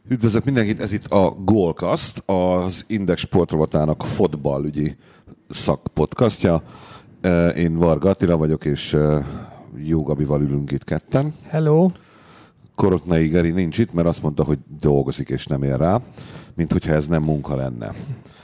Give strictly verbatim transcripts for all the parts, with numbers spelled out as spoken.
Üdvözlök mindenkit, ez itt a Goalcast, az Index sportrovatának fotballügyi szakpodcastja. Én Varga Attila vagyok, és Jó Gabival ülünk itt ketten. Hello! Korotnai Geri nincs itt, mert azt mondta, hogy dolgozik és nem ér rá, mint hogyha ez nem munka lenne.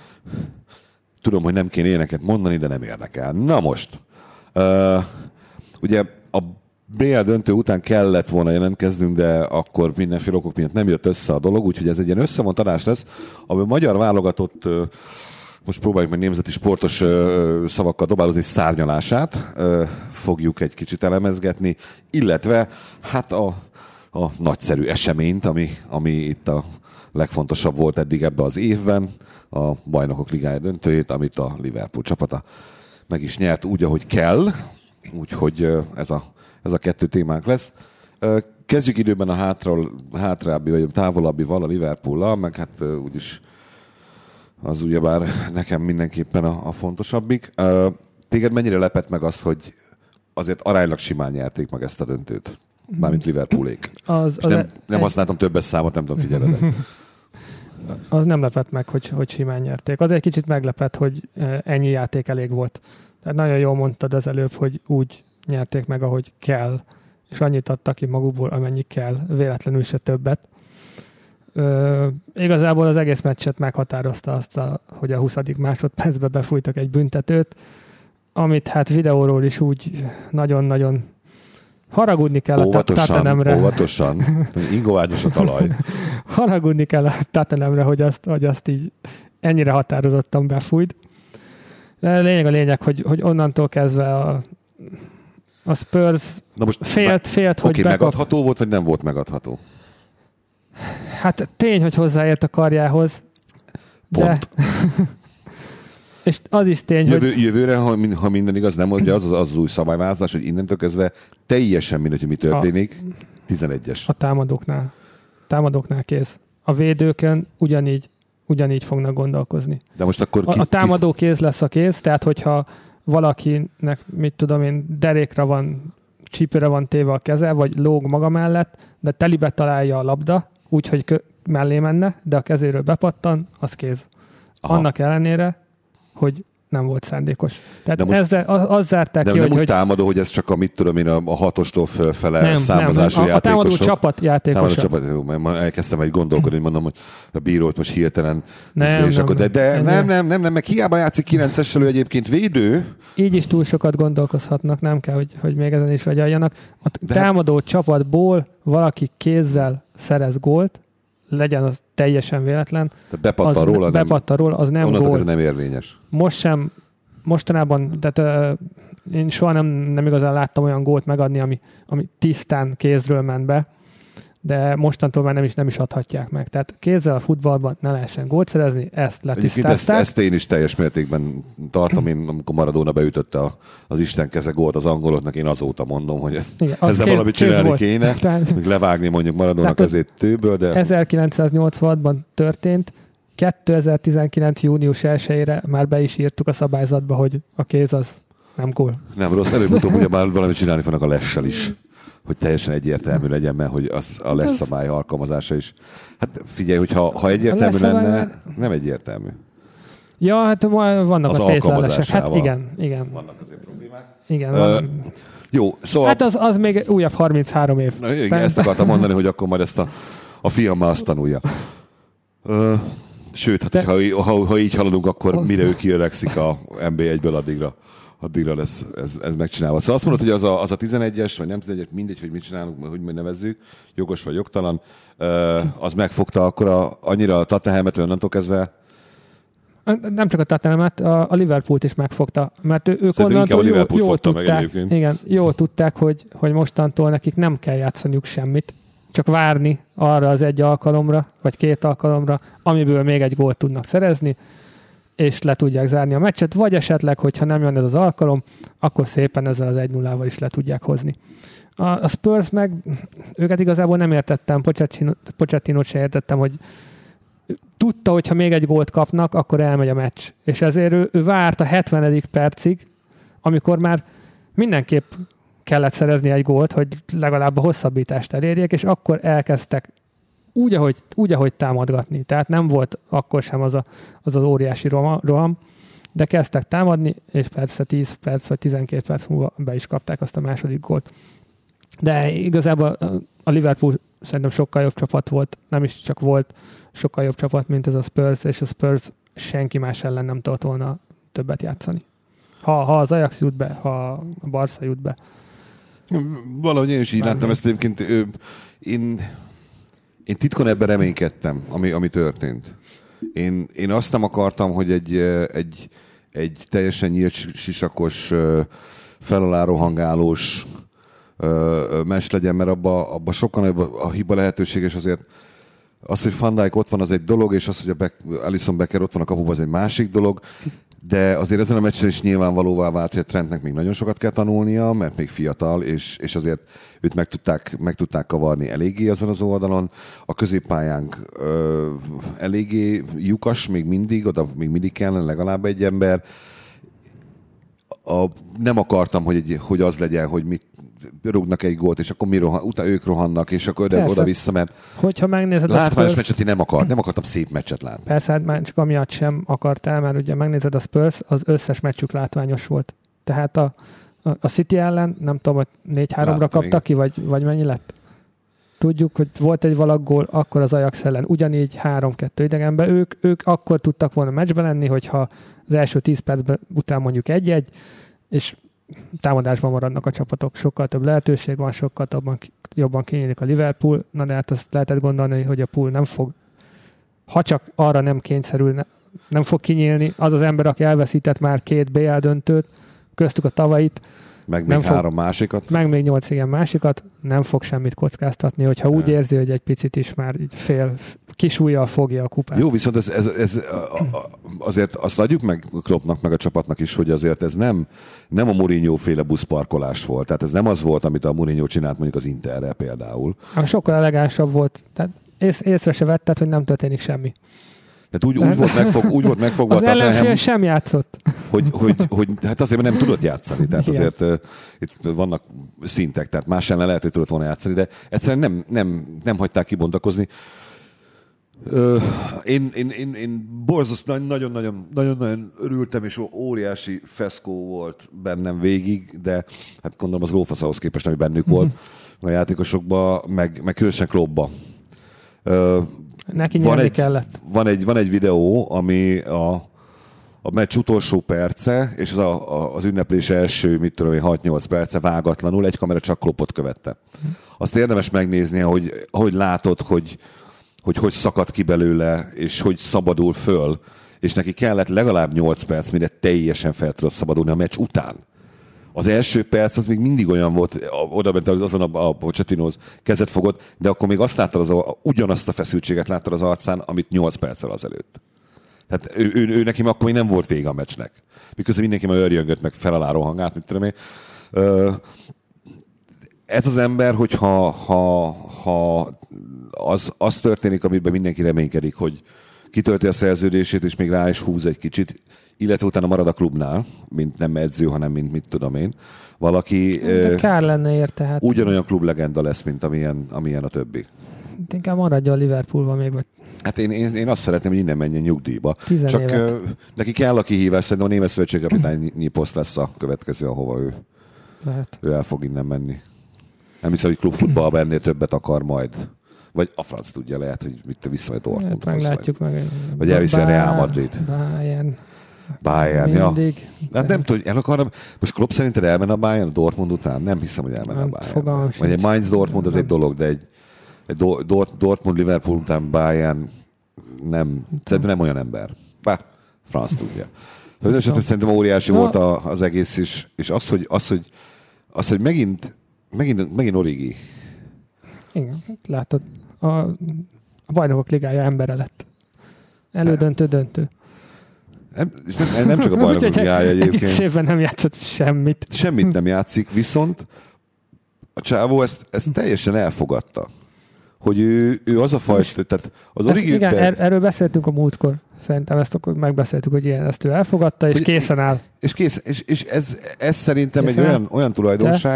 Tudom, hogy nem kéne éneket mondani, de nem érdekel. Na most, uh, ugye a bé el döntő után kellett volna jelentkeznünk, de akkor mindenféle okok miatt nem jött össze a dolog, úgyhogy ez egy ilyen összevont adás lesz, ahol a magyar válogatott, uh, most próbáljuk meg nemzeti sportos uh, szavakkal dobálozni, szárnyalását uh, fogjuk egy kicsit elemezgetni, illetve hát a, a nagyszerű eseményt, ami, ami itt a legfontosabb volt eddig ebbe az évben, a Bajnokok Ligája döntőjét, amit a Liverpool csapata meg is nyert úgy, ahogy kell, úgyhogy ez a, ez a kettő témánk lesz. Kezdjük időben a hátról, hátrábbi, vagy távolabbival, a Liverpoollal, meg hát úgyis az ugyebár nekem mindenképpen a, a fontosabbik. Téged mennyire lepett meg az, hogy azért aránylag simán nyerték meg ezt a döntőt? Mármint Liverpoolék. Az, az nem, nem használtam többes számot, nem tudom, figyeled. Az nem lepett meg, hogy, hogy simán nyerték. Az egy kicsit meglepett, hogy ennyi játék elég volt. Tehát nagyon jól mondtad az előbb, hogy úgy nyerték meg, ahogy kell, és annyit adtak ki magukból, amennyi kell, véletlenül se többet. Ö, igazából az egész meccset meghatározta azt, a, hogy a huszadik másodpercben befújtak egy büntetőt, amit hát videóról is úgy nagyon-nagyon haragudni kell óvatosan, a Tottenhamre. Óvatosan, ingoványos a talaj. Haragudni kell a Tottenhamre, hogy azt, hogy azt így ennyire határozottan befújt. De lényeg a lényeg, hogy, hogy onnantól kezdve a, a Spurs Na most félt, félt okay, hogy bekap... megadható volt, vagy nem volt megadható? Hát tény, hogy hozzáért a karjához. Pont. De... És az is tény, Jövő, hogy... Jövőre, ha, ha minden igaz, nem mondja, az az, az, az új szabályváltozás, hogy innentől kezdve teljesen mindegy, hogy mi történik, a, tizenegyes. A támadóknál. Támadóknál kész. A védőkön ugyanígy, ugyanígy fognak gondolkozni. De most akkor ki, a, a támadó kéz lesz a kéz, tehát hogyha valakinek, mit tudom én, derékra van, csípőre van téve a keze, vagy lóg maga mellett, de telibe találja a labda, úgyhogy kö- mellé menne, de a kezéről bepattan, az kéz. Aha. Annak ellenére, hogy nem volt szándékos. Tehát most, ezzel az, az zárták de ki, nem hogy... úgy támadó, hogy ez csak a mit tudom én, a, a hatostól fölfele nem, számozású nem, nem. A, játékosok. a támadó csapat játékosok. Támadó csapat, jó, mert elkezdtem egy gondolkodni, mondom, hogy a bírót most hirtelen... Nem, és nem, akkor, de, de nem, nem, nem, nem, nem, meg hiába játszik kilencessel, ő egyébként védő. Így is túl sokat gondolkozhatnak, nem kell, hogy, hogy még ezen is agyaljanak. A de támadó hát... csapatból valaki kézzel szerez gólt, legyen az teljesen véletlen. Tehát bepattan róla, nem, bepattan róla, az nem gól. Ez nem érvényes. Most sem, mostanában, tehát uh, én soha nem, nem igazán láttam olyan gólt megadni, ami, ami tisztán kézről ment be, de mostantól már nem is, nem is adhatják meg. Tehát kézzel a futballban ne lehessen gólt szerezni, ezt letisztázták. Ezt, ezt én is teljes mértékben tartom. Én, amikor Maradona beütötte a, az Isten keze gólt az angoloknak, én azóta mondom, hogy ezt, igen, ezzel kéz, valamit csinálni kéne, tehát, még levágni mondjuk Maradona kezét tőből, de... ezerkilencszáznyolcvanhatban történt, kétezer-tizenkilenc június elsejére már be is írtuk a szabályzatba, hogy a kéz az nem gól. Nem rossz, előbb-utóbb ugye már valamit csinálni fognak a lessel is, hogy teljesen egyértelmű legyen, mert hogy az a lesz szabály alkalmazása is. Hát figyelj, hogyha ha egyértelmű lenne, nem egyértelmű. Ja, hát vannak az a tétlellesek. Hát igen, igen. Vannak azért problémák. Igen, uh, van. Jó, szóval... Hát az, az még újabb harminchárom év. Na, igen, ezt akartam mondani, hogy akkor majd ezt a, a fiammal azt tanulja. Uh, sőt, hát, De... ha, ha, ha így haladunk, akkor az... mire ő kiöregszik a en bé egyből addigra. addigra lesz ez, ez megcsinálva. Szóval azt mondod, hogy az a, az a tizenegyes, vagy nem tizenegyes, mindegy, hogy mit csinálunk, hogy mi nevezzük, jogos vagy jogtalan, az megfogta akkor a, annyira a Tottenhamet, onnantól kezdve... Nem csak a Tottenhamet, a, a Liverpoolt is megfogta, mert ő, ők onnantól jól, jól tudták, igen, jól tudták, hogy, hogy mostantól nekik nem kell játszaniuk semmit, csak várni arra az egy alkalomra, vagy két alkalomra, amiből még egy gólt tudnak szerezni, és le tudják zárni a meccset, vagy esetleg, hogyha nem jön ez az alkalom, akkor szépen ezzel az egy nullával is le tudják hozni. A, a Spurs meg, őket igazából nem értettem, Pochettinót se értettem, hogy tudta, hogy ha még egy gólt kapnak, akkor elmegy a meccs. És ezért ő, ő várt a hetvenedik percig, amikor már mindenképp kellett szerezni egy gólt, hogy legalább a hosszabbítást elérjék, és akkor elkezdtek úgy, ahogy, úgy, ahogy támadgatni. Tehát nem volt akkor sem az a, az, az óriási roham, de kezdtek támadni, és persze tíz perc vagy tizenkét perc múlva be is kapták azt a második gólt. De igazából a Liverpool szerintem sokkal jobb csapat volt, nem is csak volt sokkal jobb csapat, mint ez a Spurs, és a Spurs senki más ellen nem tudott volna többet játszani. Ha, ha az Ajax jut be, ha a Barca jut be. Valahogy én is így láttam ezt egyébként. Én, én titkon ebben reménykedtem, ami, ami történt. Én, én azt nem akartam, hogy egy, egy, egy teljesen nyílt sisakos, felalárohangálós meccs legyen, mert abban abba sokkal nagyobb a hiba lehetőség, és azért az, hogy Van Dijk ott van, az egy dolog, és az, hogy a Beck, Alisson Becker ott van a kapuban, az egy másik dolog, de azért ezen a meccsen is nyilvánvalóvá vált, hogy a Trentnek még nagyon sokat kell tanulnia, mert még fiatal, és, és azért őt meg tudták, meg tudták kavarni eléggé azon az oldalon. A középpályánk ö, eléggé lyukas még mindig, oda még mindig kellene legalább egy ember. A, nem akartam, hogy, egy, hogy az legyen, hogy mit rúgnak egy gólt, és akkor mi rohan, utána ők rohannak, és akkor oda-vissza, mert hogyha megnézed látványos Spurs... meccset én nem akart, nem akartam szép meccset látni. Persze, hát már csak amiatt sem akartál, mert ugye megnézed a Spurs, az összes meccsük látványos volt. Tehát a, a, a City ellen, nem tudom, hogy négy háromra kaptak ki, vagy, vagy mennyi lett? Tudjuk, hogy volt egy valak gól, akkor az Ajax ellen ugyanígy három kettő idegenben. Ők, ők akkor tudtak volna meccsben lenni, hogyha az első tíz percben után mondjuk egy-egy, és támadásban maradnak a csapatok. Sokkal több lehetőség van, sokkal többen, jobban kinyílik a Liverpool. Na de hát azt lehetett gondolni, hogy a pool nem fog, ha csak arra nem kényszerül, nem fog kinyílni. Az az ember, aki elveszített már két bé el döntőt, köztük a tavait, meg még fog, három másikat. Meg még nyolc igen másikat, nem fog semmit kockáztatni, hogyha úgy érzi, hogy egy picit is már így fél kis ujjal fogja a kupát. Jó, viszont ez, ez, ez azért azt adjuk meg Kloppnak, meg a csapatnak is, hogy azért ez nem, nem a Mourinho-féle buszparkolás volt. Tehát ez nem az volt, amit a Mourinho csinált mondjuk az Interrel például. Sokkal elegánsabb volt. Tehát ész, észre se vetted, hogy nem történik semmi. Tehát úgy, úgy, volt, megfog, úgy volt megfogva az a Tottenham, ellenfél sem játszott. Hogy, hogy, hogy, hát azért, mert nem tudott játszani. Tehát igen. Azért uh, itt vannak szintek, tehát más ellen lehet, hogy tudott volna játszani, de egyszerűen nem, nem, nem hagyták kibontakozni. Uh, én, én, én, én borzasztóan nagyon-nagyon örültem, és óriási feszkó volt bennem végig, de hát gondolom az lófasz ahhoz képest, ami bennük volt a játékosokban, meg, meg különösen Kloppba. Uh, Neki nyerni egy, kellett. Van egy, van egy videó, ami a, a meccs utolsó perce, és az, a, a, az ünneplés első, mit tudom én, hat-nyolc perce vágatlanul, egy kamera csak Kloppot követte. Azt érdemes megnézni, hogy, hogy látod, hogy, hogy hogy szakad ki belőle, és hogy szabadul föl, és neki kellett legalább nyolc perc, mire teljesen fel tudott szabadulni a meccs után. Az első perc az még mindig olyan volt, oda ment azon a, a Pochettinóhoz kezet fogott, de akkor még azt láttad, az a, ugyanazt a feszültséget láttad az arcán, amit nyolc perccel azelőtt. Tehát ő, ő, ő neki akkor még nem volt vége a meccsnek. Miközben mindenki már örjöngött, meg felálló hangát, mit tudom én. Ez az ember, hogyha ha, ha az, az történik, amiben mindenki reménykedik, hogy kitölti a szerződését, és még rá is húz egy kicsit, illetve utána marad a klubnál, mint nem edző, hanem mint mit tudom én. Valaki de kár lenne érte, hát. Ugyanolyan klublegenda lesz, mint amilyen, amilyen a többi. Inkább maradja a Liverpoolban még. Vagy... Hát én, én, én azt szeretném, hogy innen menjen nyugdíjba. Tizen Csak évet. Neki kell a kihívás, szerintem a német szövetségkapitányi poszt lesz a következő, ahova ő, Lehet. ő el fog innen menni. Nem hiszem, hogy klubfutballban ennél többet akar majd. Vagy a franc tudja, lehet, hogy mit visszamegy Dortmundhoz. Hát meglátjuk meg. Vagy elviszi a Real Madrid. Bayern. Bayern, ja. Mindig. Hát nem tudom, el akarna, most Klopp szerinted elmenne a Bayern a Dortmund után? Nem hiszem, hogy elmenne a Bayern. Vagy egy Mainz Dortmund az egy dolog, de egy, egy Dortmund Liverpool után Bayern nem, szerintem nem olyan ember. Bár, franc tudja. Tehát esetben szerintem óriási volt a, az egész is, és az, hogy, az, hogy, az, hogy megint, megint, megint Origi. Igen, látod, a, a bajnokok ligája embere lett. Elődöntő, döntő. Nem, és nem, nem csak a bajnokok ligája egyébként. Egész évben nem játszott semmit. Semmit nem játszik, viszont a csávó ezt, ezt teljesen elfogadta. Hogy ő, ő az a fajta, tehát az Origi... Igen, be... er, erről beszéltünk a múltkor. Szerintem ezt akkor megbeszéltük, hogy ilyen, ezt ő elfogadta, és hogy, készen áll. És, kész, és, és ez, ez szerintem készen egy olyan, olyan tulajdonság,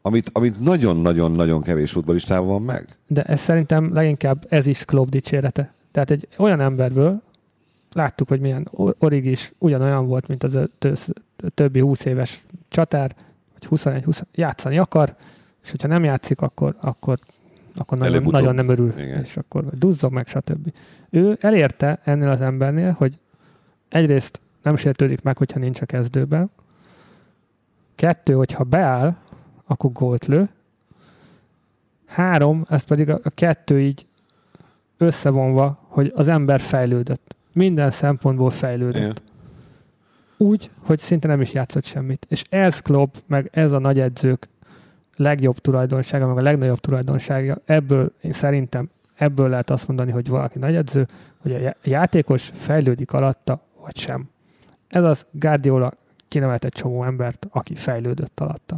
amit, amit nagyon-nagyon-nagyon kevés futballistában van meg. De ez szerintem leginkább ez is Klopp dicsérete. Tehát egy olyan emberből láttuk, hogy milyen Origi is ugyanolyan volt, mint az többi húsz éves csatár, vagy huszonegy húsz játszani akar, és hogyha nem játszik, akkor, akkor, akkor nagyon, nagyon nem örül, igen. És akkor duzzog meg, stb. Ő elérte ennél az embernél, hogy egyrészt nem sértődik meg, hogyha nincs a kezdőben, kettő, hogyha beáll, akkor gólt lő, három, ez pedig a, a kettő így összevonva, hogy az ember fejlődött. Minden szempontból fejlődött. Igen. Úgy, hogy szinte nem is játszott semmit. És ez Klopp, meg ez a nagy edzők legjobb tulajdonsága, meg a legnagyobb tulajdonsága. Ebből, én szerintem, ebből lehet azt mondani, hogy valaki nagy edző, hogy a játékos fejlődik alatta, vagy sem. Ez az Guardiola kinevelt egy csomó embert, aki fejlődött alatta.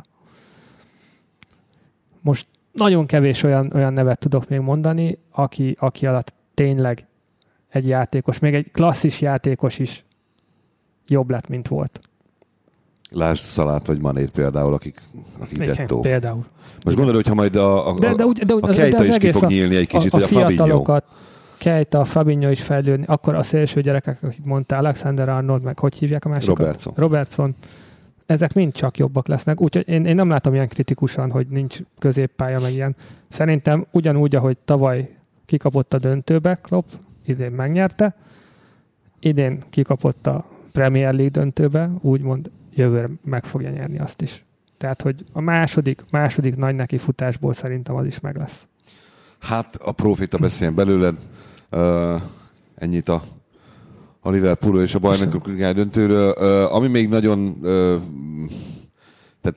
Most nagyon kevés olyan, olyan nevet tudok még mondani, aki, aki alatt tényleg egy játékos, még egy klasszis játékos is jobb lett, mint volt. Lásd Szalát vagy Manét például, akik, akik gettó. Például. Most gondolod, hogyha majd a, a, de, de, de, de, a Keita is ki fog nyílni egy kicsit, a, vagy a, a Fabinho. Keita, a Fabinho is fejlődni, akkor a szélső gyerekek, akik mondta, Alexander Arnold, meg hogy hívják a másikat? Robertson. Robertson. Ezek mind csak jobbak lesznek. Úgyhogy én, én nem látom ilyen kritikusan, hogy nincs középpálya, meg ilyen. Szerintem ugyanúgy, ahogy tavaly kikapott a döntőbe Klopp, idén megnyerte, idén kikapott a Premier League döntőbe, úgymond jövőre meg fogja nyerni azt is. Tehát, hogy a második, második nagy nekifutásból szerintem az is meg lesz. Hát a profita beszéljen belőled, uh, ennyit a, a Liverpoolról és a Bajnokok Ligája döntőről. Uh, ami még nagyon... Uh, tehát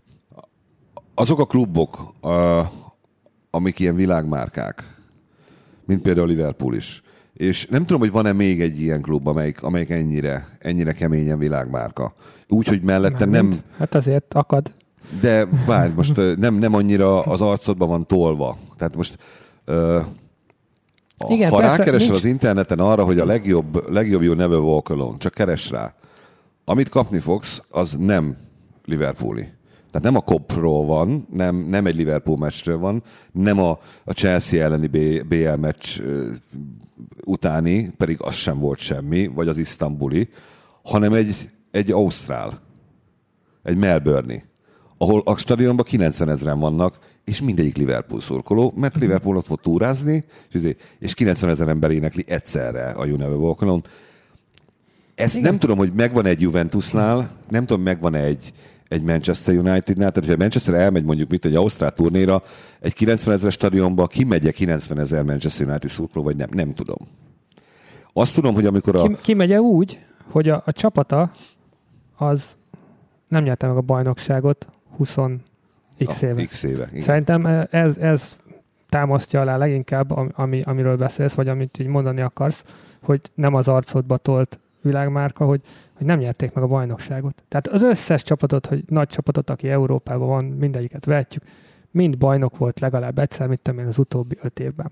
azok a klubok, uh, amik ilyen világmárkák, mint például a Liverpool is. És nem tudom, hogy van-e még egy ilyen klub, amelyik, amelyik ennyire, ennyire keményen világmárka. Úgy, hogy mellette nem... nem... Hát azért akad. De várj, most nem, nem annyira az arcodban van tolva. Tehát most uh, igen, ha persze, rákeresel nincs... az interneten arra, hogy a legjobb, legjobb You Never Walk Alone, csak keres rá. Amit kapni fogsz, az nem Liverpooli. Tehát nem a Kopról van, nem, nem egy Liverpool meccsről van, nem a, a Chelsea elleni bé el meccs uh, utáni, pedig az sem volt semmi, vagy az isztambuli, hanem egy, egy ausztrál, egy melbourne-i, ahol a stadionban kilencvenezren vannak, és mindegyik Liverpool szurkoló, mert Liverpool ott fog túrázni, és kilencvenezer ember énekli egyszerre a You Never Walk Alone. Ezt igen. Nem tudom, hogy megvan egy Juventusnál, nem tudom, megvan egy egy Manchester Unitednál, tehát hogyha Manchester elmegy mondjuk mit egy ausztrál turnéra, egy kilencvenezeres stadionba kimegye kilencvenezer Manchester United szurkoló, vagy nem, nem tudom. Azt tudom, hogy amikor a... Kimegye úgy, hogy a, a csapata az nem nyerte meg a bajnokságot húsz x éve. X éve, igen. Szerintem ez, ez támasztja alá leginkább, ami, amiről beszélsz, vagy amit így mondani akarsz, hogy nem az arcodba tolt világmárka, hogy, hogy nem nyerték meg a bajnokságot. Tehát az összes csapatot, hogy nagy csapatot, aki Európában van, mindegyiket vehetjük, mind bajnok volt legalább egyszer, mit tudom én, az utóbbi öt évben.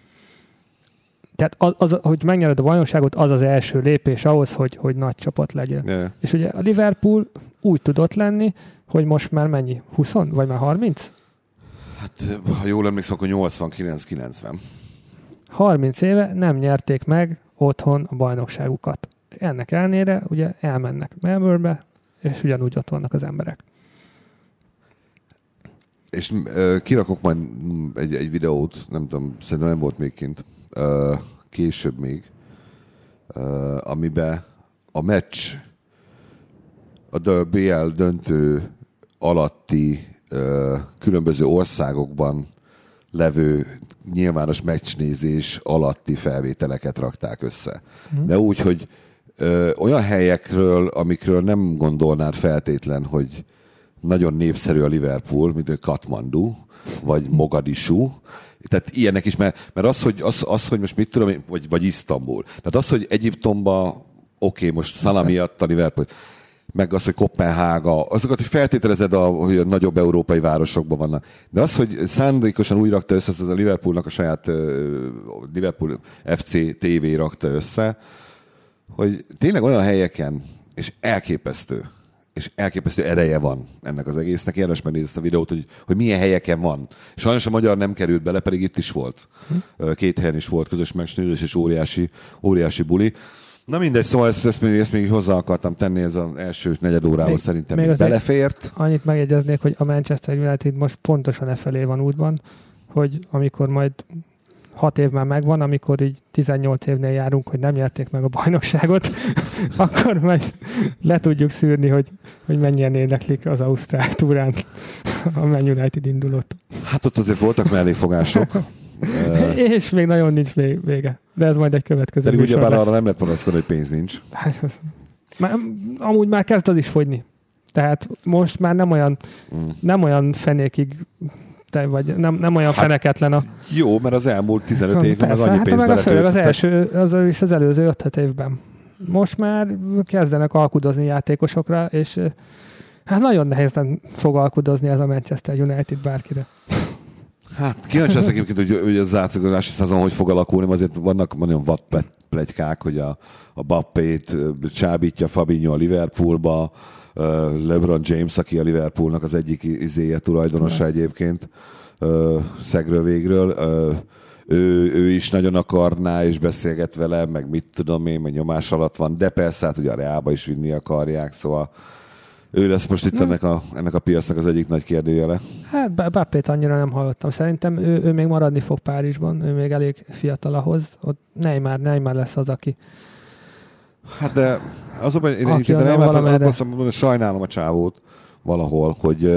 Tehát az, az, hogy megnyered a bajnokságot, az az első lépés ahhoz, hogy, hogy nagy csapat legyen. Yeah. És ugye a Liverpool úgy tudott lenni, hogy most már mennyi? húsz vagy már harminc? Hát, ha jól emlékszem, akkor nyolcvankilenc kilencven. harminc éve nem nyerték meg otthon a bajnokságukat. Ennek ellenére ugye elmennek Melbourne-be, és ugyanúgy ott vannak az emberek. És uh, kirakok majd egy, egy videót, nem tudom, szerintem nem volt még kint, uh, később még, uh, amiben a meccs, a bé el döntő alatti uh, különböző országokban levő nyilvános meccsnézés alatti felvételeket rakták össze. Hmm. De úgy, hogy ö, olyan helyekről, amikről nem gondolnád feltétlen, hogy nagyon népszerű a Liverpool, mint Katmandu, vagy Mogadishu. Tehát ilyenek is, mert, mert az, hogy, az, az, hogy most mit tudom, vagy, vagy Isztambul. Tehát az, hogy Egyiptomba, oké, okay, most Szala miatt a Liverpool, meg az, hogy Koppenhága, azokat, hogy feltételezed, a, hogy a nagyobb európai városokban vannak. De az, hogy szándékosan úgy rakta össze, az a Liverpoolnak a saját uh, Liverpool ef cé té vé rakta össze, hogy tényleg olyan helyeken, és elképesztő, és elképesztő ereje van ennek az egésznek. Érdemes megnézni ezt a videót, hogy, hogy milyen helyeken van. Sajnos a magyar nem került bele, pedig itt is volt. Két helyen is volt közös megsnődés és óriási, óriási buli. Na mindegy, szóval ezt, ezt, még, ezt még hozzá akartam tenni, ez az első negyed órában még, szerintem még belefért. Annyit megjegyeznék, hogy a Manchester United most pontosan e felé van útban, hogy amikor majd hat év már megvan, amikor így tizennyolc évnél járunk, hogy nem nyerték meg a bajnokságot, akkor majd le tudjuk szűrni, hogy, hogy mennyien érdeklik az ausztrál túrán a Man United indulót. Hát ott azért voltak melléfogások. És még nagyon nincs vége. De ez majd egy következő. De ugyebár arra nem lehet panaszkodni, hogy pénz nincs. Hát, már, amúgy már kezd az is fogyni. Tehát most már nem olyan, mm. nem olyan fenékig te vagy, nem, nem olyan hát, feneketlen a... Jó, mert az elmúlt tizenöt évben az annyi hát pénzbe letöltött. Az első, az, az, az előző öt évben. Most már kezdenek alkudozni játékosokra, és hát nagyon nehézen fog alkudozni ez a Manchester United bárkire. Hát kíváncsi leszek egyébként, hogy, hogy az átszakozási szezon hogy fog alakulni, azért vannak nagyon vad pletykák, hogy a, a Bappét csábítja Fabinho a Liverpoolba, LeBron James, aki a Liverpoolnak az egyik izéje, tulajdonosa egyébként szegről végről, ő, ő is nagyon akarná, és beszélget vele, meg mit tudom én, meg nyomás alatt van, de persze hát ugye a Reálba is vinni akarják, szóval ő lesz most itt ennek a, ennek a piacnak az egyik nagy kérdőjele. Hát Bappét annyira nem hallottam. Szerintem ő, ő még maradni fog Párizsban, ő még elég fiatal ahhoz. Ott Neymar, Neymar lesz az, aki... Hát de azonban én egyébként Neymart sajnálom a csávót valahol, hogy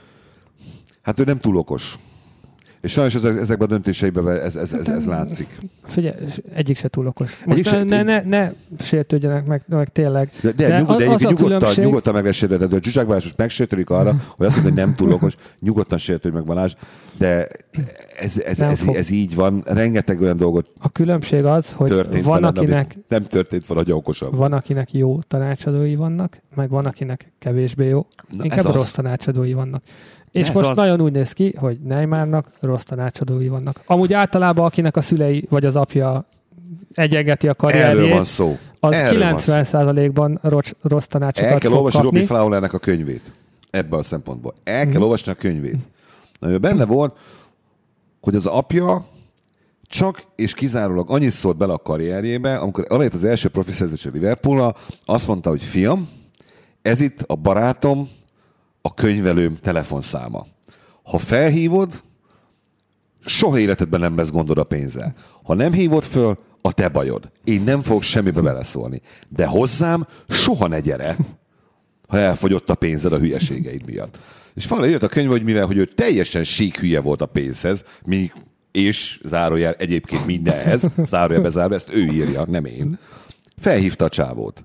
hát ő nem túl okos. És sajnos ezekben a döntéseiben ez, ez, ez, ez látszik. Figyelj, egyik se túl okos. Most ne, se, ne, ne, ne sértődjenek meg, meg tényleg. De, de, de, nyugod, de egyébként nyugodtan, különbség... nyugodtan meg lesz sértődni. De a Zsuzsák Balázs most megsértődik arra, hogy azt mondja, hogy nem túl okos, nyugodtan sértődik meg Balázs, de ez, ez, ez, ez így van. Rengeteg olyan dolgot a különbség az, hogy van, veled, akinek... Nem történt valahogy okosabb. Van, akinek jó tanácsadói vannak, meg van, akinek kevésbé jó. Na, inkább rossz az. tanácsadói vannak. És ez most az... nagyon úgy néz ki, hogy Neymarnak rossz tanácsadói vannak. Amúgy általában akinek a szülei vagy az apja egyengeti a karrierjét, erről van szó. Az erről kilencven százalékban rossz, rossz tanácsokat El kell fog olvasni kapni. Robbie Fowlernek a könyvét. Ebből a szempontból. El kell mm. olvasni a könyvét. Na, benne volt, hogy az apja csak és kizárólag annyit szólt bele a karrierjébe, amikor alajött az első profi szerződés a Liverpoolra, azt mondta, hogy fiam, ez itt a barátom, a könyvelőm telefonszáma. Ha felhívod, soha életedben nem lesz gondod a pénzzel. Ha nem hívod föl, a te bajod. Én nem fogok semmibe beleszólni. De hozzám soha ne gyere, ha elfogyott a pénzed a hülyeségeid miatt. És Fowler írt a könyv, hogy mivel hogy ő teljesen sík hülye volt a pénzhez, mi, és zárójel egyébként mindenhez, zárójel bezárva, ezt ő írja, nem én. Felhívta a csávót.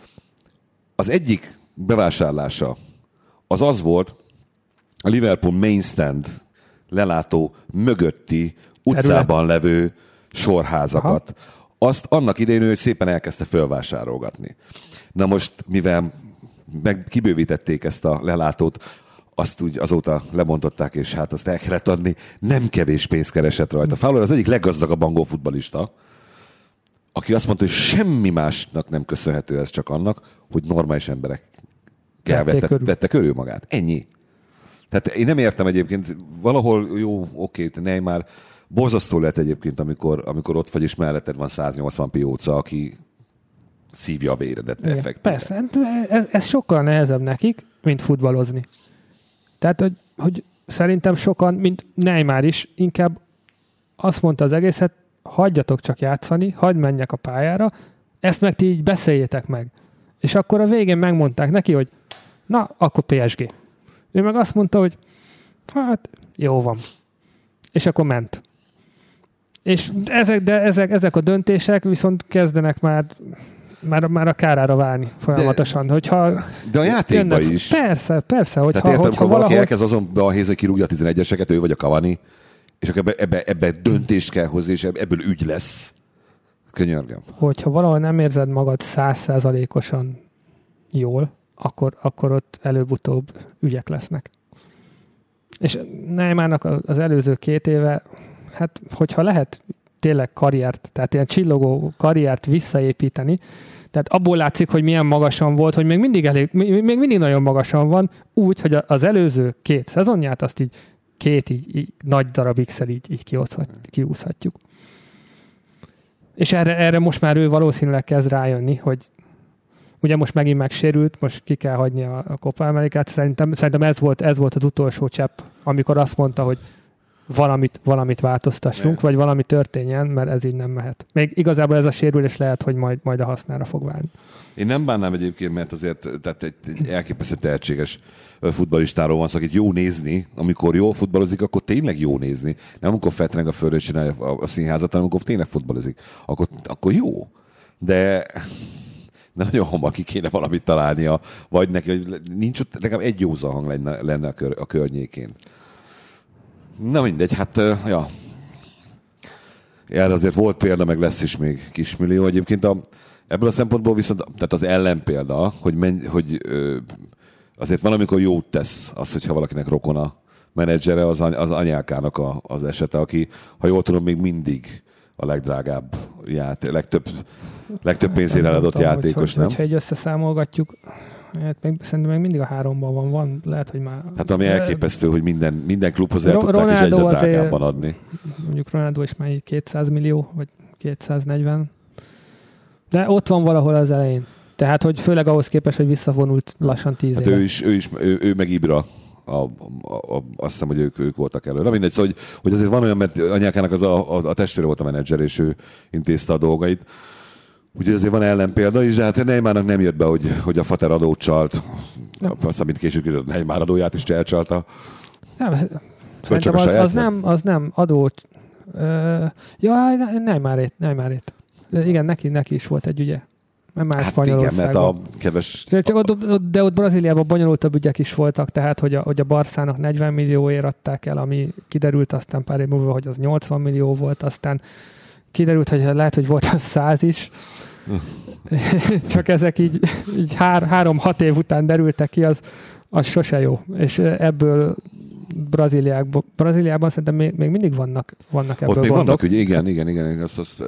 Az egyik bevásárlása az az volt, a Liverpool Main Stand lelátó mögötti utcában Terület. levő sorházakat. Aha. Azt annak idején ő szépen elkezdte fölvásárolgatni. Na most, mivel meg kibővítették ezt a lelátót, azt úgy azóta lebontották, és hát azt el kellett adni. Nem kevés pénzt keresett rajta. Fowler az egyik leggazdagabb angol futballista, aki azt mondta, hogy semmi másnak nem köszönhető ez, csak annak, hogy normális emberek vette, körül. vette körül magát. Ennyi. Tehát én nem értem egyébként, valahol jó, oké, Neymar borzasztó lehet egyébként, amikor, amikor ott vagy, és melletted van száznyolcvan pióca, aki szívja a véredet effektíve. Persze, ez, ez sokkal nehezebb nekik, mint futballozni. Tehát, hogy, hogy szerintem sokan, mint Neymar is, inkább azt mondta az egészet, hagyjatok csak játszani, hagyd menjek a pályára, ezt meg ti így beszéljétek meg. És akkor a végén megmondták neki, hogy na, akkor pé es gé. Ő meg azt mondta, hogy hát jó van. És akkor ment. És ezek, de ezek, ezek a döntések viszont kezdenek már Már, már a kárára válni folyamatosan. De, hogyha de a játékban jönnek, is. Persze, persze. Hogyha, Tehát értem, hogyha amikor valaki valahol... elkezd azon beahézni, hogy kirúgja a tizenegyeseket, ő vagy a Cavani, és akkor ebbe, ebbe, ebbe döntést kell hozni, és ebből ügy lesz. Könyörgöm. Hogyha valahol nem érzed magad száz százalékosan jól, akkor, akkor ott előbb-utóbb ügyek lesznek. És Neymarnak az előző két éve, hát hogyha lehet tényleg karriert, tehát ilyen csillogó karriert visszaépíteni. Tehát abból látszik, hogy milyen magasan volt, hogy még mindig, elég, még mindig nagyon magasan van, úgy, hogy az előző két szezonját azt így két így, így nagy darab X-el így, így kiúszhatjuk. És erre, erre most már ő valószínűleg kezd rájönni, hogy ugye most megint megsérült, most ki kell hagyni a, a Copa Amerikát. Szerintem, szerintem ez, volt, ez volt az utolsó csepp, amikor azt mondta, hogy valamit, valamit változtassunk, vagy valami történjen, mert ez így nem mehet. Még igazából ez a sérülés lehet, hogy majd, majd a hasznára fog válni. Én nem bánnám egyébként, mert azért tehát egy, egy elképesztő tehetséges futballistáról van szó, akit jó nézni. Amikor jól futballozik, akkor tényleg jó nézni. Nem amikor fetreng a földön és csinálja a, a színházat, hanem amikor tényleg futballozik. Akkor, akkor jó. De, de nagyon hamar ki kéne valamit találnia, vagy neki, hogy nincs ott, nekem egy józan hang lenne, lenne a, kör, a környékén. Na mindegy, hát ja. Erre azért volt példa, meg lesz is még kismillió. Egyébként a, ebből a szempontból viszont, tehát az ellenpélda, hogy, menj, hogy ö, azért valamikor jót tesz az, hogyha valakinek rokona menedzsere, az, az anyákának a, az esete, aki, ha jól tudom, még mindig a legdrágább játék, legtöbb, legtöbb pénzére eladott játékos, hogy, nem? Hogyha egy összeszámolgatjuk, hát még, szerintem még mindig a háromban van, van, lehet, hogy már... Hát ami elképesztő, hogy minden, minden klubhoz el tudták is egyre drágábban adni. Mondjuk Ronaldo is már kétszáz millió, vagy kétszáznegyven. De ott van valahol az elején. Tehát, hogy főleg ahhoz képest, hogy visszavonult lassan tíz hát éve. Ő is, ő, is ő, ő meg Ibra. A, a, a, azt hiszem, hogy ők, ők voltak elő. Na mindegy, szóval, hogy, hogy azért van olyan, mert anyákának az a, a, a testvére volt a menedzser, és ő intézte a dolgait. Úgyhogy azért van ellenpélda is, de hát Neymarnak nem jött be, hogy, hogy a fater adót csalt. No. Aztán, mint később kiderült, Neymar adóját is elcsalta. Nem, szerintem az, az, nem, az nem adót. Ö, ja, Neymarét, Neymarét. Igen, neki, neki is volt egy ügye. Más hát igen, mert a keves... Csak ott, de ott Brazíliában bonyolultabb ügyek is voltak, tehát hogy a, hogy a Barszának negyven millióért adták el, ami kiderült aztán pár év múlva, hogy az nyolcvan millió volt, aztán kiderült, hogy lehet, hogy volt az száz is. Csak ezek így, így hár, három-hat év után derültek ki, az, az sose jó. És ebből Brazíliában, Brazíliában szerintem még, még mindig vannak, vannak ebből ott még gondok. Vannak, hogy igen, igen, igen, azt, azt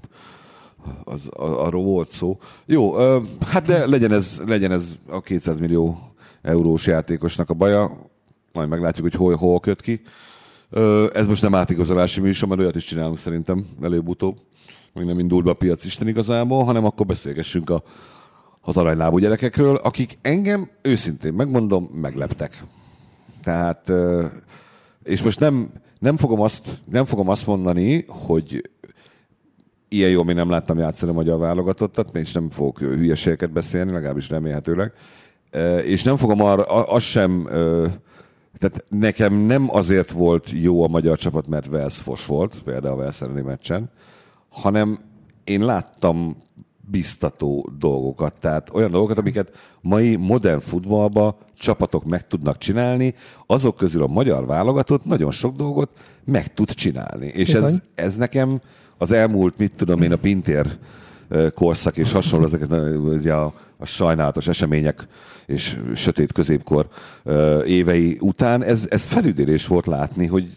az, arról volt szó. Jó, hát de legyen ez, legyen ez a kétszáz millió eurós játékosnak a baja, majd meglátjuk, hogy hol, hol köt ki. Ez most nem átigazolási műsor, mert olyat is csinálunk szerintem előbb-utóbb. Még nem indul be a piac isten igazából, hanem akkor beszélgessünk a, az aranylábú gyerekekről, akik engem őszintén megmondom, megleptek. Tehát, és most nem, nem, fogom azt, nem fogom azt mondani, hogy ilyen jól még nem láttam játszani a magyar válogatottat, és nem fogok hülyeségeket beszélni, legalábbis remélhetőleg. És nem fogom arra, azt sem, tehát nekem nem azért volt jó a magyar csapat, mert Wales fos volt, például a Wales elleni meccsen, hanem én láttam biztató dolgokat, tehát olyan dolgokat, amiket mai modern futballban csapatok meg tudnak csinálni, azok közül a magyar válogatott nagyon sok dolgot meg tud csinálni. És ez, ez nekem az elmúlt, mit tudom én, a Pintér korszak és hasonló, ezeket a, a, a sajnálatos események és sötét középkor évei után, ez, ez felüdülés volt látni, hogy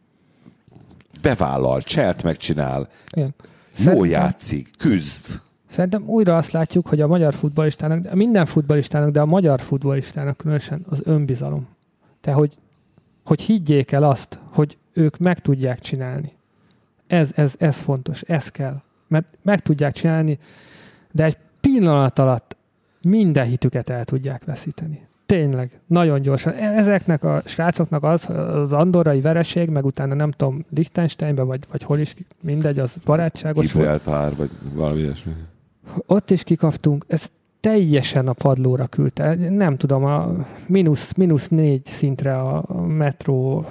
bevállal, cselt megcsinál, igen. Jól játszik, küzd. Szerintem újra azt látjuk, hogy a magyar futballistának, minden futballistának, de a magyar futballistának különösen az önbizalom. Tehát, hogy, hogy higgyék el azt, hogy ők meg tudják csinálni. Ez, ez, ez fontos, ez kell. Mert meg tudják csinálni, de egy pillanat alatt minden hitüket el tudják veszíteni. Tényleg, nagyon gyorsan. Ezeknek a srácoknak az, az andorrai vereség, meg utána nem tudom, Liechtensteinben, vagy, vagy hol is, mindegy, az barátságos Gibraltar, vagy valami ilyesmi. Ott is kikaptunk, ez teljesen a padlóra küldte. Nem tudom, a mínusz, mínusz négy szintre a metró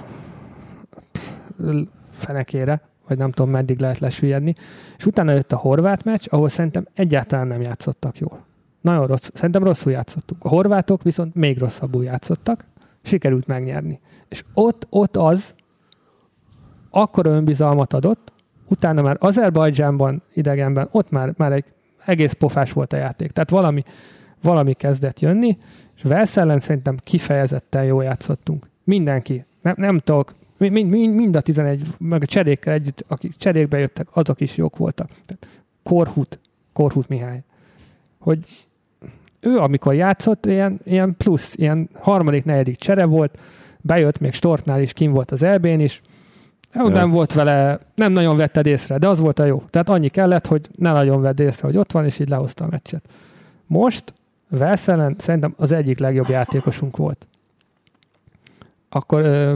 fenekére, vagy nem tudom, meddig lehet lesüllyedni. És utána jött a horvát meccs, ahol szerintem egyáltalán nem játszottak jól. Nagyon rossz, szerintem rosszul játszottuk. A horvátok viszont még rosszabbul játszottak, sikerült megnyerni. És ott, ott az akkora önbizalmat adott, utána már Azerbajdzsánban, idegenben, ott már, már egy egész pofás volt a játék. Tehát valami, valami kezdett jönni, és Wales ellen szerintem kifejezetten jól játszottunk. Mindenki. Nem, nem tudok, mind, mind, mind a tizenegy, meg a cserékkel együtt, akik cserékbe jöttek, azok is jók voltak. Korhut, Korhut Mihály. Hogy ő, amikor játszott, ilyen, ilyen plusz, ilyen harmadik, negyedik csere volt, bejött, még Stortnál is kim volt az é bén is, ja. Nem volt vele, nem nagyon vetted észre, de az volt a jó. Tehát annyi kellett, hogy ne nagyon vedd észre, hogy ott van, és így lehozta a meccset. Most Wales ellen szerintem az egyik legjobb játékosunk volt. Akkor ö,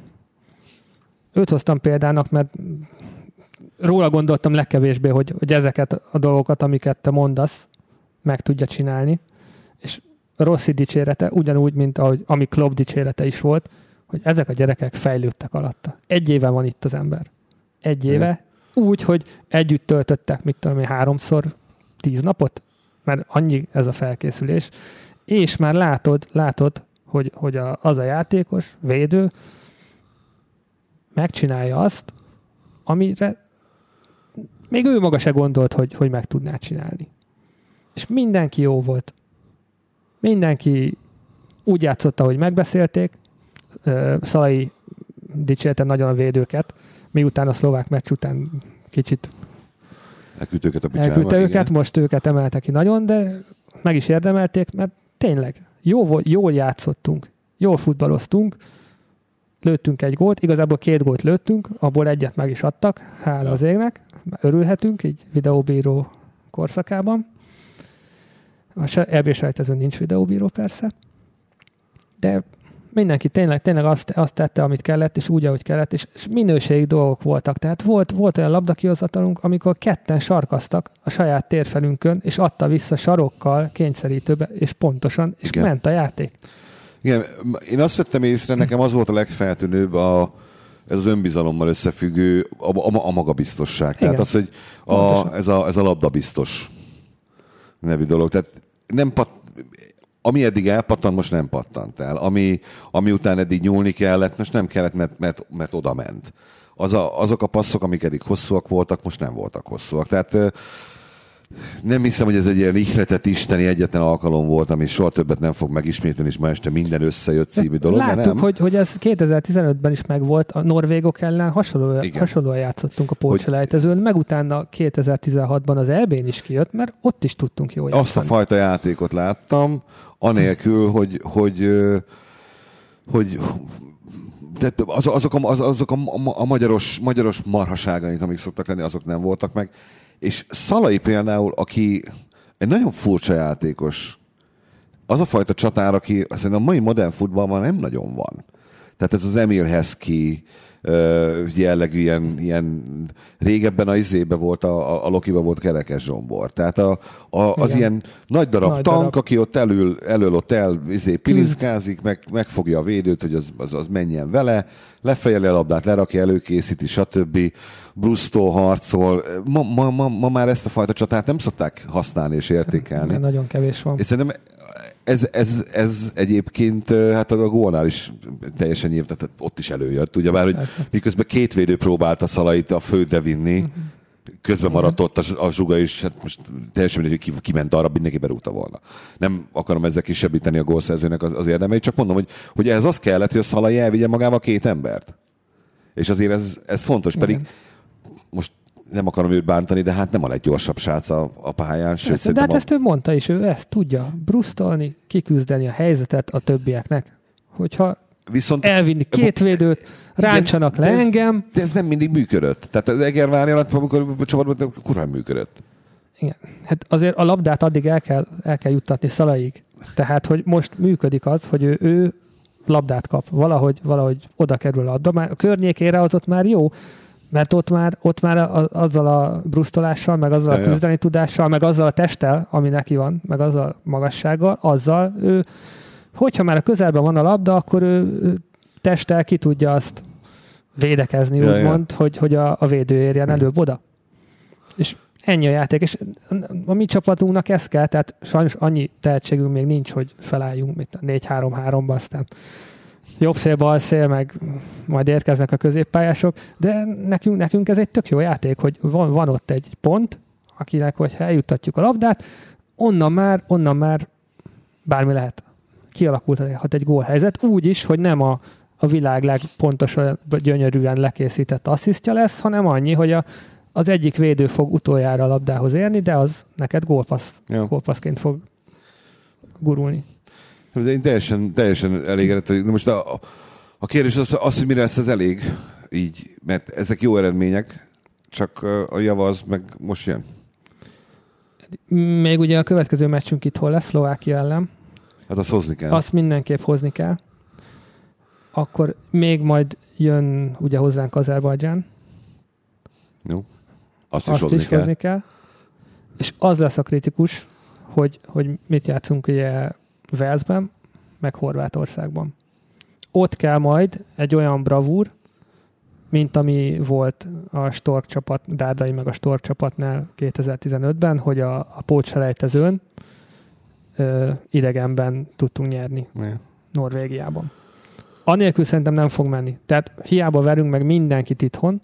őt hoztam példának, mert róla gondoltam legkevésbé, hogy, hogy ezeket a dolgokat, amiket te mondasz, meg tudja csinálni. És Rossi dicsérete, ugyanúgy, mint ahogy, ami Klopp dicsérete is volt, hogy ezek a gyerekek fejlődtek alatta. Egy éve van itt az ember. Egy éve. Úgy, hogy együtt töltöttek, mit tudom én, háromszor tíz napot, mert annyi ez a felkészülés. És már látod, látod, hogy, hogy a, az a játékos, védő megcsinálja azt, amire még ő maga se gondolt, hogy, hogy meg tudná csinálni. És mindenki jó volt. Mindenki úgy játszotta, hogy megbeszélték. Szalai dicsérte nagyon a védőket, miután a szlovák meccs után kicsit elküldte őket a picsába. Elküldte őket, most őket emelte ki nagyon, de meg is érdemelték, mert tényleg jó volt, jól játszottunk, jól futballoztunk, lőttünk egy gólt, igazából két gólt lőttünk, abból egyet meg is adtak, hála ja. az égnek, örülhetünk, így videóbíró korszakában. A é bé-selejtezőn nincs videóbíró persze, de mindenki tényleg, tényleg azt, azt tette, amit kellett, és úgy, ahogy kellett, és, és minőségi dolgok voltak. Tehát volt, volt olyan labdakihozatalunk, amikor ketten sarkaztak a saját térfelünkön, és adta vissza sarokkal, kényszerítőbe, és pontosan, és Igen. ment a játék. Igen, én azt vettem észre, nekem az volt a legfeltűnőbb a, ez az önbizalommal összefüggő, a, a, a magabiztosság. Igen. Tehát az, hogy a, ez, a, ez a labdabiztos nevű dolog. Tehát nem pat, ami eddig elpattant, most nem pattant el. Ami, ami után eddig nyúlni kellett, most nem kellett, mert, mert, mert oda ment. Az a, azok a passzok, amik eddig hosszúak voltak, most nem voltak hosszúak. Tehát nem hiszem, hogy ez egy ilyen ihletet isteni egyetlen alkalom volt, ami soha többet nem fog megismételni, és ma este minden összejött című dolog. Láttuk, nem. Hogy, hogy ez kétezer-tizenötben is megvolt, a norvégok ellen hasonló, hasonlóan játszottunk a pótselejtezőn, meg utána kétezer-tizenhatban az é bén is kijött, mert ott is tudtunk jól játszani. Azt a fajta játékot láttam, anélkül, hogy, hogy, hogy de az, azok, a, az, azok a, a, a magyaros, magyaros marhaságaink, amik szoktak lenni, azok nem voltak meg. És Szalai például, aki egy nagyon furcsa játékos, az a fajta csatár, aki szerintem a mai modern futballban nem nagyon van. Tehát ez az Emil Heskey jellegű, ilyen, ilyen régebben a izébe volt, a, a Lokiba volt Kerekes Zsombor. Tehát a, a, az Igen. ilyen nagy darab nagy tank, darab. Aki ott elől, elől ott el izé, pilinszkázik, meg, megfogja a védőt, hogy az, az, az menjen vele, lefejeli a labdát, lerakja, előkészíti, stb. Brusztó harcol. Ma, ma, ma, ma már ezt a fajta csatát nem szokták használni és értékelni. Mert nagyon kevés van. És szerintem Ez, ez, ez egyébként, hát a gólnál is teljesen nyílt, tehát ott is előjött. Ugyebár, hogy miközben két védő próbálta Szalait a földre vinni, uh-huh. közben maradt ott a, a zsuga is, hát most teljesen mindegy, hogy ki, kiment arra, mindenki berúgta volna. Nem akarom ezzel kisebbíteni a gólszerzőnek az, az érdemeit, csak mondom, hogy, hogy ehhez az kellett, hogy a Szalai elvigye magával két embert. És azért ez, ez fontos, pedig Igen. most nem akarom őt bántani, de hát nem a leggyorsabb srác a, a pályán. Sőt, de, de hát a... ezt ő mondta is, ő ezt tudja brusztolni, kiküzdeni a helyzetet a többieknek. Hogyha Viszont... elvinni két védőt, ráncsanak le ez, engem. De ez nem mindig működött. Tehát az Egervárja alatt, amikor csavarban kurván működött. Igen. Hát azért a labdát addig el kell, el kell juttatni Szalaig. Tehát, hogy most működik az, hogy ő, ő labdát kap. Valahogy, valahogy oda kerül a labda. Már a környékére az ott már jó, mert ott már, ott már a, azzal a brusztolással, meg azzal a küzdeni tudással, meg azzal a testtel, ami neki van, meg azzal a magassággal, azzal ő, hogyha már a közelben van a labda, akkor ő, ő testtel ki tudja azt védekezni, ja, úgymond, ja. hogy, hogy a, a védő érjen előbb oda. És ennyi a játék. És a mi csapatunknak ez kell, tehát sajnos annyi tehetségünk még nincs, hogy felálljunk mit a négy három háromba, aztán jobb szél, bal szél, meg majd érkeznek a középpályások, de nekünk, nekünk ez egy tök jó játék, hogy van, van ott egy pont, akinek, hogyha eljuttatjuk a labdát, onnan már, onnan már bármi lehet. Kialakulhat egy gólhelyzet, úgy is, hogy nem a a világ legpontosabb, gyönyörűen lekészített asszisztja lesz, hanem annyi, hogy a, az egyik védő fog utoljára a labdához érni, de az neked gólpassz, ja. gólpasszként fog gurulni. De én teljesen, teljesen elégedett. Most a, a kérdés az, az, hogy mire lesz ez elég, így, mert ezek jó eredmények, csak a java az meg most jön. Még ugye a következő meccsünk itthon lesz, Szlovákia ellen. Hát azt hozni kell. Azt mindenképp hozni kell. Akkor még majd jön ugye hozzánk Azerbajdzsán. Jó. Azt, azt is, hozni, is kell. hozni kell. És az lesz a kritikus, hogy, hogy mit játszunk ugye Walesben, meg Horvátországban. Ott kell majd egy olyan bravúr, mint ami volt a Stork csapat, Dárdai meg a Stork csapatnál kétezer-tizenötben, hogy a, a pótselejtezőn ö, idegenben tudtunk nyerni yeah. Norvégiában. Anélkül szerintem nem fog menni. Tehát hiába verünk meg mindenkit itthon,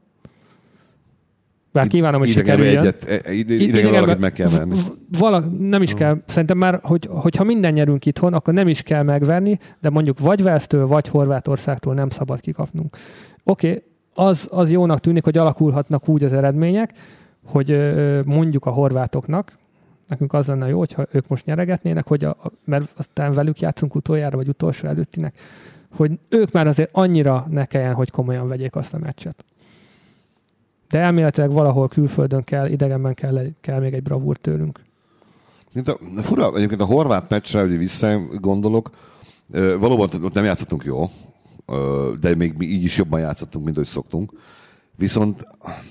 bár kívánom, hogy sikerüljön. Egyet, ide, idegen valakit meg kell verni. Vala, nem is uh. kell. Szerintem már, hogy, hogyha minden nyerünk itthon, akkor nem is kell megverni, de mondjuk vagy Walestől, vagy Horvátországtól nem szabad kikapnunk. Oké, okay, az, az jónak tűnik, hogy alakulhatnak úgy az eredmények, hogy ö, mondjuk a horvátoknak, nekünk az lenne jó, hogyha ők most nyeregetnének, hogy a, mert aztán velük játszunk utoljára, vagy utolsó előttinek, hogy ők már azért annyira ne kelljen, hogy komolyan vegyék azt a meccset. De elméletileg valahol külföldön kell, idegenben kell, kell még egy bravúr tőlünk. A, fura, egyébként a horvát meccsre, hogy visszagondolok, valóban ott nem játszottunk jó, de még mi így is jobban játszottunk, mint ahogy szoktunk. Viszont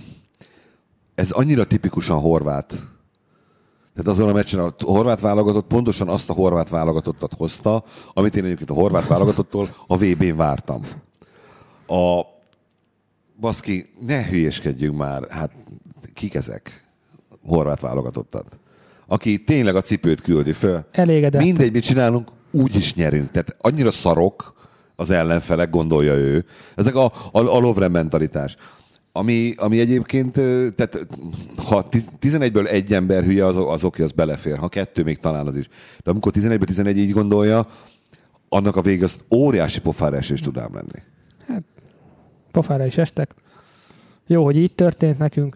ez annyira tipikusan horvát. Tehát azon a meccsen a horvát válogatott pontosan azt a horvát válogatottat hozta, amit én egyébként a horvát válogatottól a vé bén vártam. A baszki, ne hülyéskedjünk már, hát kik ezek? Horvát válogatottat. Aki tényleg a cipőt küldi föl. Elégedett. Mindegy, mit csinálunk, úgy is nyerünk. Tehát annyira szarok az ellenfelek, gondolja ő. Ezek a, a, a Lovren mentalitás. Ami, ami egyébként, tehát ha tizenegyből egy ember hülye, az, az oké, az belefér. Ha kettő, még talán az is. De amikor tizenegyből tizenegy így gondolja, annak a vége az óriási pofára esés tud ám lenni. Hát, pofára is estek. Jó, hogy így történt nekünk.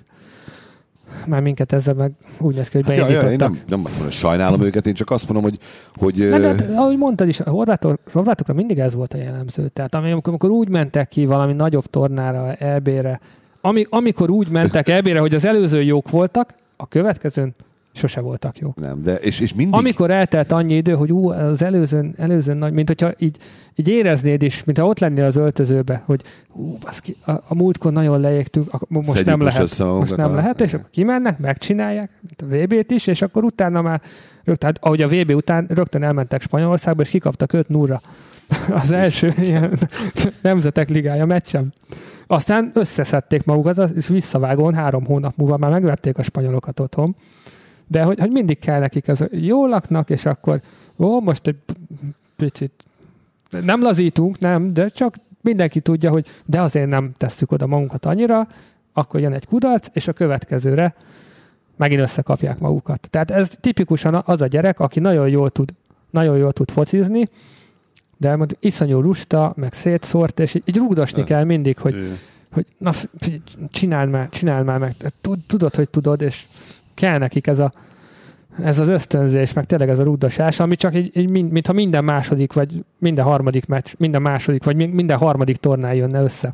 Már minket ezzel meg úgy lesz ki, hogy hát beindítottak. Ja, ja, nem, nem azt mondom, hogy sajnálom őket, én csak azt mondom, hogy... hogy nem, de, ahogy mondtad is, a horvátok, horvátokra mindig ez volt a jellemző. Tehát amikor, amikor úgy mentek ki valami nagyobb tornára, é bé-re, ami, amikor úgy mentek é bé-re, hogy az előző jók voltak, a következőn sose voltak jók. Nem, de és, és mindig... Amikor eltelt annyi idő, hogy ú, az előzőn, előzőn nagy, mint hogyha így, így éreznéd is, mintha ott lennél az öltözőbe, hogy ú, baszki, a, a múltkor nagyon leégtünk, most Szedjük nem most lehet. Most nem lehet, és akkor kimennek, megcsinálják, mint a vé bét is, és akkor utána már rögtön, ahogy a vé bé után rögtön elmentek Spanyolországba, és kikaptak öt nullra. Az első ilyen nemzetek ligája meccsem. Aztán összeszedték magukat, és visszavágón három hónap múlva már megverték a spanyolokat otthon. De hogy, hogy mindig kell nekik, az jól laknak, és akkor ó, most egy picit nem lazítunk, nem, de csak mindenki tudja, hogy de azért nem tesszük oda magunkat annyira, akkor jön egy kudarc, és a következőre megint összekapják magukat. Tehát ez tipikusan az a gyerek, aki nagyon jól tud, nagyon jól tud focizni, de mondjuk iszonyú lusta, meg szétszórt, és így rúgdosni kell mindig, hogy, hogy na, csináld már, csináld már meg, tudod, hogy tudod, és kell nekik ez, a, ez az ösztönzés, meg tényleg ez a rúgdosás, ami csak így, így mintha minden második, vagy minden harmadik meccs, minden második, vagy minden harmadik tornán jönne össze.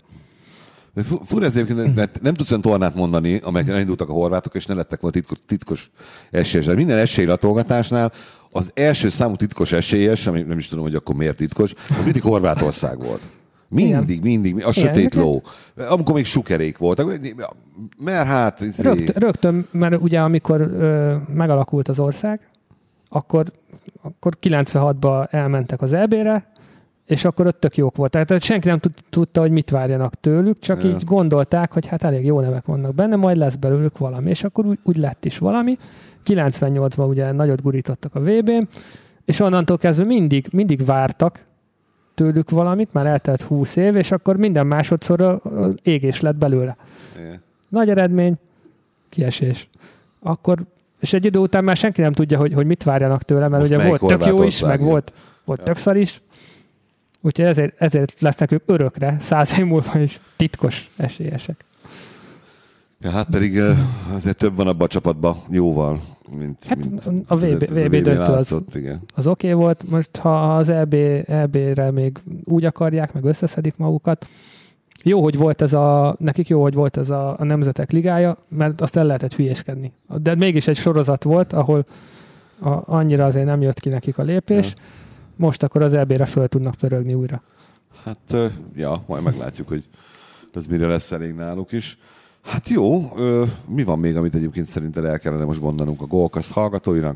Fura ez egyébként, mert nem tudsz olyan tornát mondani, amelyeken elindultak a horvátok, és ne lettek volna titkos, titkos esélyes. De minden esélylatolgatásnál az első számú titkos esélyes, ami nem is tudom, hogy akkor miért titkos, az mindig Horvátország volt. Mindig, igen. mindig, a sötét ló. Amikor még sukerék voltak, mert hát... Rögt, rögtön, mert ugye amikor ö, megalakult az ország, akkor, akkor kilencvenhatban elmentek az é bé-re, és akkor ott tök jók volt. Tehát senki nem tudta, hogy mit várjanak tőlük, csak ja. így gondolták, hogy hát elég jó nevek vannak benne, majd lesz belőlük valami. És akkor úgy, úgy lett is valami. kilencvennyolcban ugye nagyot gurítottak a vé bén, és onnantól kezdve mindig, mindig vártak tőlük valamit, már eltelt húsz év, és akkor minden másodszor égés lett belőle. Yeah. Nagy eredmény, kiesés. Akkor, és egy idő után már senki nem tudja, hogy, hogy mit várjanak tőle, mert most ugye volt tök jó is, meg volt, volt tök szar is. Úgyhogy ezért, ezért lesznek ők örökre, száz év múlva is titkos esélyesek. Ja, hát pedig azért több van abban a csapatban, jóval, mint, hát mint a vé bé, vé bé döntő látszott, az, az oké okay volt. Most ha az é bé, é bé-re még úgy akarják, meg összeszedik magukat, jó, hogy volt ez a, nekik jó, hogy volt ez a, a Nemzetek Ligája, mert azt el lehetett hülyéskedni. De mégis egy sorozat volt, ahol a, annyira azért nem jött ki nekik a lépés. Ja. Most akkor az é bé-re föl tudnak pörögni újra. Hát, ja, majd meglátjuk, hogy ez mire lesz elég náluk is. Hát jó, ö, mi van még, amit egyébként szerinted el kellene most mondanunk a Goalcast hallgatóinak?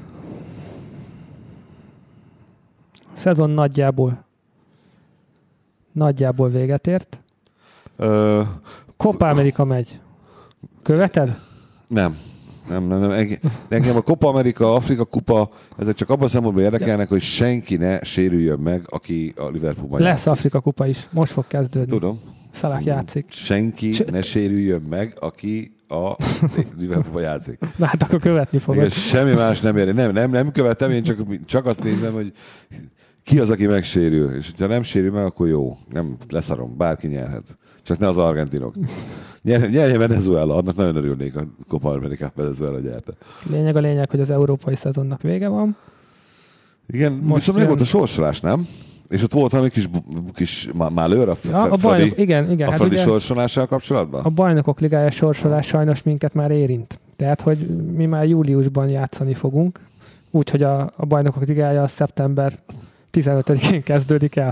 A szezon nagyjából nagyjából véget ért. Ö, Copa America megy. Követed? Nem. Nem, nem, nem. Engem a Copa America, Afrika Kupa, ezek csak abban a szempontból érdekelnek, hogy senki ne sérüljön meg, aki a Liverpoolban Lesz játszik. Afrika Kupa is. Most fog kezdődni. Tudom. Salah játszik. Senki S- ne sérüljön meg, aki a Liverpoolban játszik. Na hát akkor követni fogod. Igen, semmi más nem ér. Nem, nem, nem követem, én csak, csak azt nézem, hogy ki az, aki megsérül. És ha nem sérül meg, akkor jó. Nem leszarom. Bárki nyerhet. Csak ne az argentinok. Nyer, nyerje Venezuela, annak nagyon örülnék, a Copa America Venezuela gyerte. Lényeg a lényeg, hogy az európai szezonnak vége van. Igen, most viszont még volt a sorsolás, nem? És ott volt valami kis, kis málőr a, ja, a bajnok, igen, igen, a Fradi hát sorsolással kapcsolatban? A Bajnokok Ligája sorsolás sajnos minket már érint. Tehát, hogy mi már júliusban játszani fogunk, úgyhogy a, a Bajnokok Ligája a szeptember tizenötödikén kezdődik el.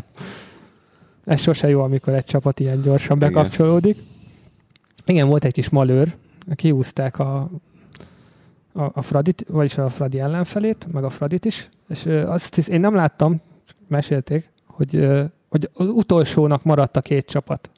Ez sose jó, amikor egy csapat ilyen gyorsan bekapcsolódik. Igen, igen, volt egy kis malőr, kihúzták a, a, a Fradit, vagyis a Fradi ellenfelét, meg a Fradit is, és azt hisz, én nem láttam, mesélték, hogy, hogy az utolsónak maradt a két csapat.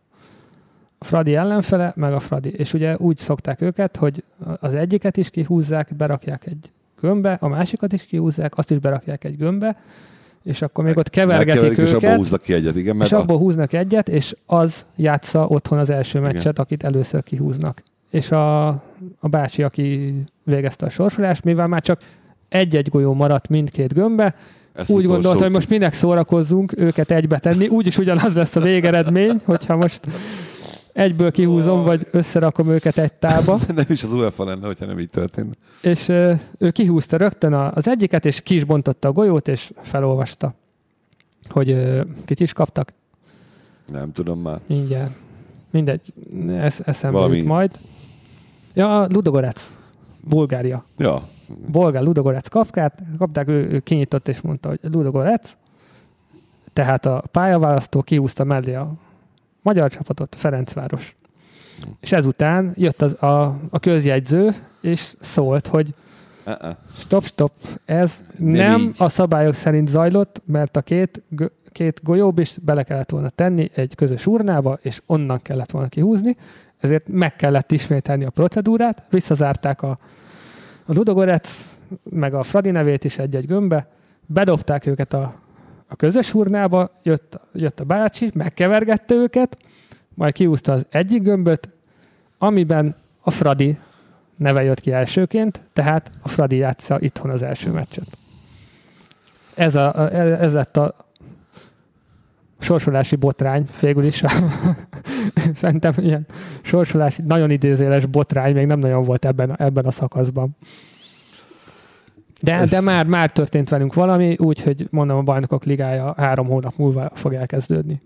A Fradi ellenfele, meg a Fradi. És ugye úgy szokták őket, hogy az egyiket is kihúzzák, berakják egy gömbbe, a másikat is kihúzzák, azt is berakják egy gömbbe, és akkor még ott kevergetik őket, és abból húznak ki egyet, igen. És abból a... húznak egyet, és az játsza otthon az első meccset, igen, akit először kihúznak. És a, a bácsi, aki végezte a sorsolást, mivel már csak egy-egy golyó maradt mindkét gömbbe, ezt úgy gondolta, hogy most minek szórakozzunk őket egybe tenni, úgyis ugyanaz lesz a végeredmény, hogyha most egyből kihúzom, vagy összerakom őket egy tába. Nem is az UEFA lenne, hogyha nem így történt. És ő kihúzta rögtön az egyiket, és ki is bontotta a golyót, és felolvasta, hogy kit is kaptak. Nem tudom már. Mindjárt. Mindegy, ez eszembe jut majd. Ja, Ludogorec, Bulgária. Ja. Bolgár Ludogorec kapkát, kapták, ő, ő kinyitott és mondta, hogy Ludogorec, tehát a pályaválasztó kihúzta mellé a magyar csapatot, Ferencváros. És ezután jött az a, a közjegyző, és szólt, hogy uh-uh. stop, stop, ez nem, nem a szabályok szerint zajlott, mert a két, két golyóbb is bele kellett volna tenni egy közös urnába, és onnan kellett volna kihúzni, ezért meg kellett ismételni a procedúrát, visszazárták a A Ludogorec, meg a Fradi nevét is egy-egy gömbbe, bedobták őket a, a közös urnába, jött, jött a bácsi, megkevergette őket, majd kiúzta az egyik gömböt, amiben a Fradi neve jött ki elsőként, tehát a Fradi játsza itthon az első meccset. Ez, a, ez lett a sorsolási botrány, végül is. Szerintem ilyen sorsolási, nagyon idézőjeles botrány még nem nagyon volt ebben, ebben a szakaszban. De, Ez... de már, már történt velünk valami, úgyhogy mondom, a Bajnokok Ligája három hónap múlva fog elkezdődni.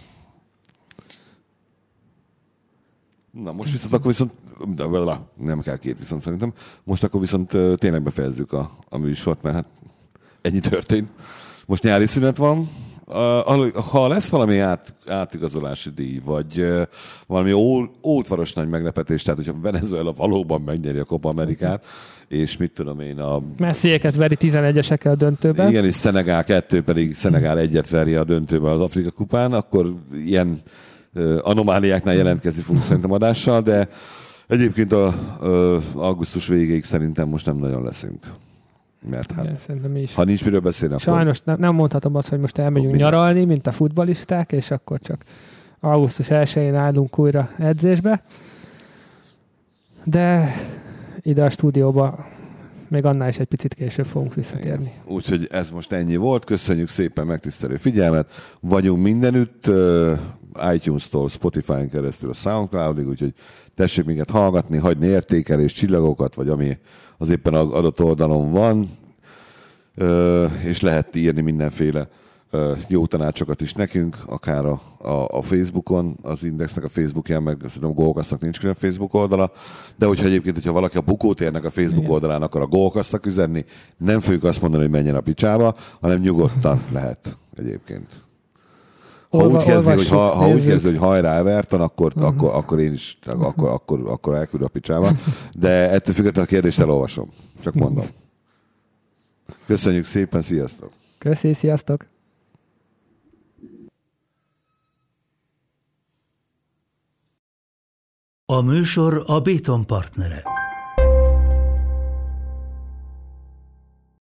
Na most viszont akkor viszont, de, nem kell két viszont szerintem, most akkor viszont tényleg befejezzük a, a műsort, mert hát ennyi történt. Most nyári szünet van. Ha lesz valami át, átigazolási díj, vagy valami ó, ótvaros nagy meglepetés, tehát hogyha Venezuela valóban megnyeri a Copa Amerikát, és mit tudom én a... Messiéket veri tizenegyesekkel a döntőben. Igen, és Szenegál kettő pedig Szenegál egyet veri a döntőben az Afrika Kupán, akkor ilyen anomáliáknál jelentkezni fogunk szerintem adással, de egyébként a, a augusztus végéig szerintem most nem nagyon leszünk. Mert hát, igen, ha nincs miről beszélni, akkor... Sajnos nem, nem mondhatom azt, hogy most elmegyünk nyaralni, mint a futballisták, és akkor csak augusztus elsején állunk újra edzésbe. De ide a stúdióba még annál is egy picit később fogunk visszatérni. Úgyhogy ez most ennyi volt. Köszönjük szépen megtisztelő figyelmet. Vagyunk mindenütt, uh, iTunes-tól, Spotify-n keresztül a SoundCloud-ig, úgyhogy tessék minket hallgatni, hagyni értékelés, csillagokat, vagy ami az éppen adott oldalon van, uh, és lehet írni mindenféle jó tanácsokat is nekünk, akár a, a, a Facebookon, az Indexnek a Facebookján, meg szerintem a Golkasznak nincs külön Facebook oldala, de hogyha egyébként, hogyha valaki a Bukótérnek a Facebook Igen. oldalán akar a Golkasznak üzenni, nem fogjuk azt mondani, hogy menjen a picsába, hanem nyugodtan lehet egyébként. Ha Olva, úgy kezdi, hogy, ha, ha úgy kezdi, hogy hajrá Everton, akkor, uh-huh. akkor, akkor én is akkor, akkor, akkor elküld a picsába, de ettől függetlenül a kérdést elolvasom. Csak mondom. Köszönjük szépen, sziasztok! Köszi, sziasztok! A műsor a Béton partnere.